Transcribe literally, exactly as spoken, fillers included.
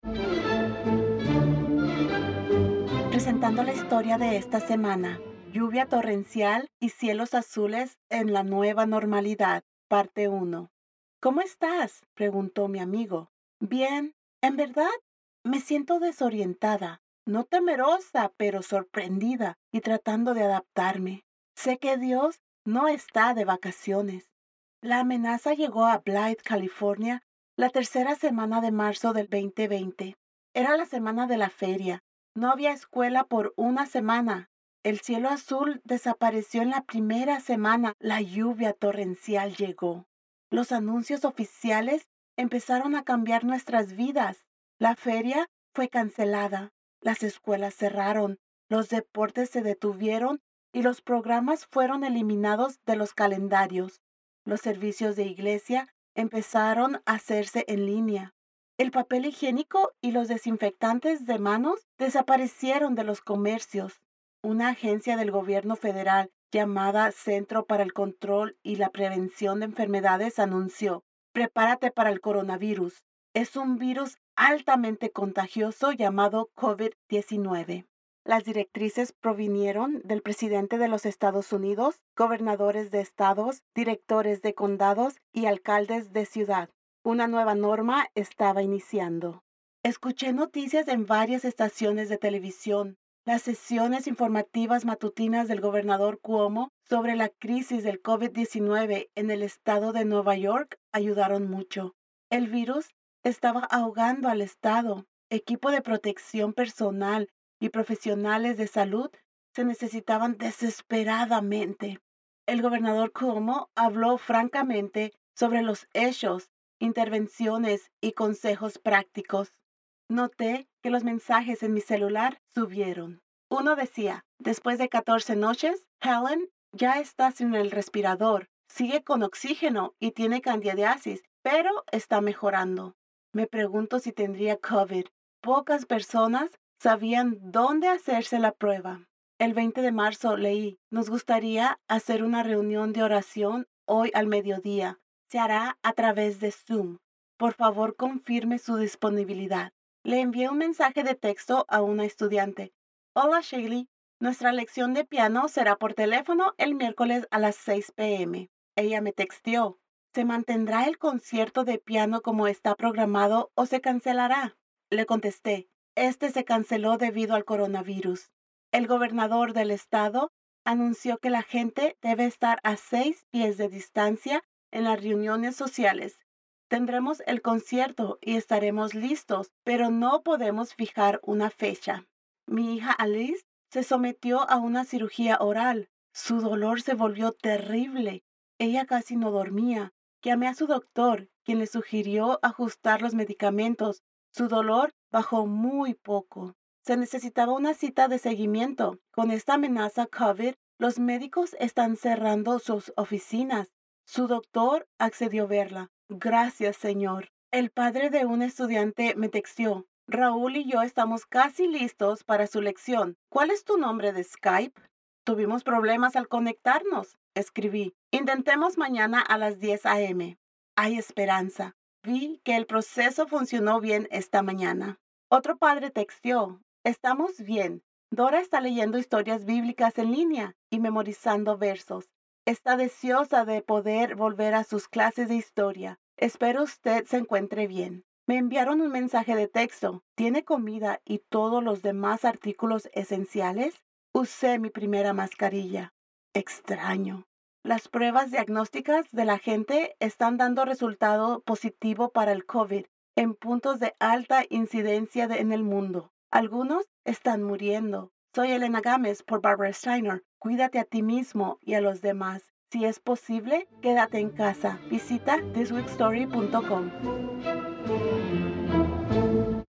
Presentando la historia de esta semana, lluvia torrencial y cielos azules en la nueva normalidad, parte uno. ¿Cómo estás?, preguntó mi amigo. Bien, en verdad, me siento desorientada, no temerosa, pero sorprendida y tratando de adaptarme. Sé que Dios no está de vacaciones. La amenaza llegó a Blythe, California, la tercera semana de marzo del veinte veinte. Era la semana de la feria. No había escuela por una semana. El cielo azul desapareció en la primera semana. La lluvia torrencial llegó. Los anuncios oficiales empezaron a cambiar nuestras vidas. La feria fue cancelada. Las escuelas cerraron. Los deportes se detuvieron y los programas fueron eliminados de los calendarios. Los servicios de iglesia empezaron a hacerse en línea. El papel higiénico y los desinfectantes de manos desaparecieron de los comercios. Una agencia del gobierno federal llamada Centro para el Control y la Prevención de Enfermedades anunció: prepárate para el coronavirus. Es un virus altamente contagioso llamado COVID diecinueve. Las directrices provinieron del presidente de los Estados Unidos, gobernadores de estados, directores de condados y alcaldes de ciudad. Una nueva norma estaba iniciando. Escuché noticias en varias estaciones de televisión. Las sesiones informativas matutinas del gobernador Cuomo sobre la crisis del COVID diecinueve en el estado de Nueva York ayudaron mucho. El virus estaba ahogando al estado. Equipo de protección personal y profesionales de salud se necesitaban desesperadamente. El gobernador Cuomo habló francamente sobre los hechos, intervenciones y consejos prácticos. Noté que los mensajes en mi celular subieron. Uno decía: después de catorce noches, Helen ya está sin el respirador, sigue con oxígeno y tiene candidiasis, pero está mejorando. Me pregunto si tendría COVID. Pocas personas sabían dónde hacerse la prueba. El veinte de marzo leí: nos gustaría hacer una reunión de oración hoy al mediodía. Se hará a través de Zoom. Por favor, confirme su disponibilidad. Le envié un mensaje de texto a una estudiante. Hola, Shaylee. Nuestra lección de piano será por teléfono el miércoles a las seis p m Ella me texteó: ¿se mantendrá el concierto de piano como está programado o se cancelará? Le contesté: este se canceló debido al coronavirus. El gobernador del estado anunció que la gente debe estar a seis pies de distancia en las reuniones sociales. Tendremos el concierto y estaremos listos, pero no podemos fijar una fecha. Mi hija Alice se sometió a una cirugía oral. Su dolor se volvió terrible. Ella casi no dormía. Llamé a su doctor, quien le sugirió ajustar los medicamentos. Su dolor bajó muy poco. Se necesitaba una cita de seguimiento. Con esta amenaza COVID, los médicos están cerrando sus oficinas. Su doctor accedió a verla. Gracias, Señor. El padre de un estudiante me texteó: Raúl y yo estamos casi listos para su lección. ¿Cuál es tu nombre de Skype? Tuvimos problemas al conectarnos. Escribí: intentemos mañana a las diez a m Hay esperanza. Vi que el proceso funcionó bien esta mañana. Otro padre texteó: estamos bien. Dora está leyendo historias bíblicas en línea y memorizando versos. Está deseosa de poder volver a sus clases de historia. Espero usted se encuentre bien. Me enviaron un mensaje de texto: ¿tiene comida y todos los demás artículos esenciales? Usé mi primera mascarilla. Extraño. Las pruebas diagnósticas de la gente están dando resultado positivo para el COVID en puntos de alta incidencia de- en el mundo. Algunos están muriendo. Soy Elena Gámez por Barbara Steiner. Cuídate a ti mismo y a los demás. Si es posible, quédate en casa. Visita this week story punto com.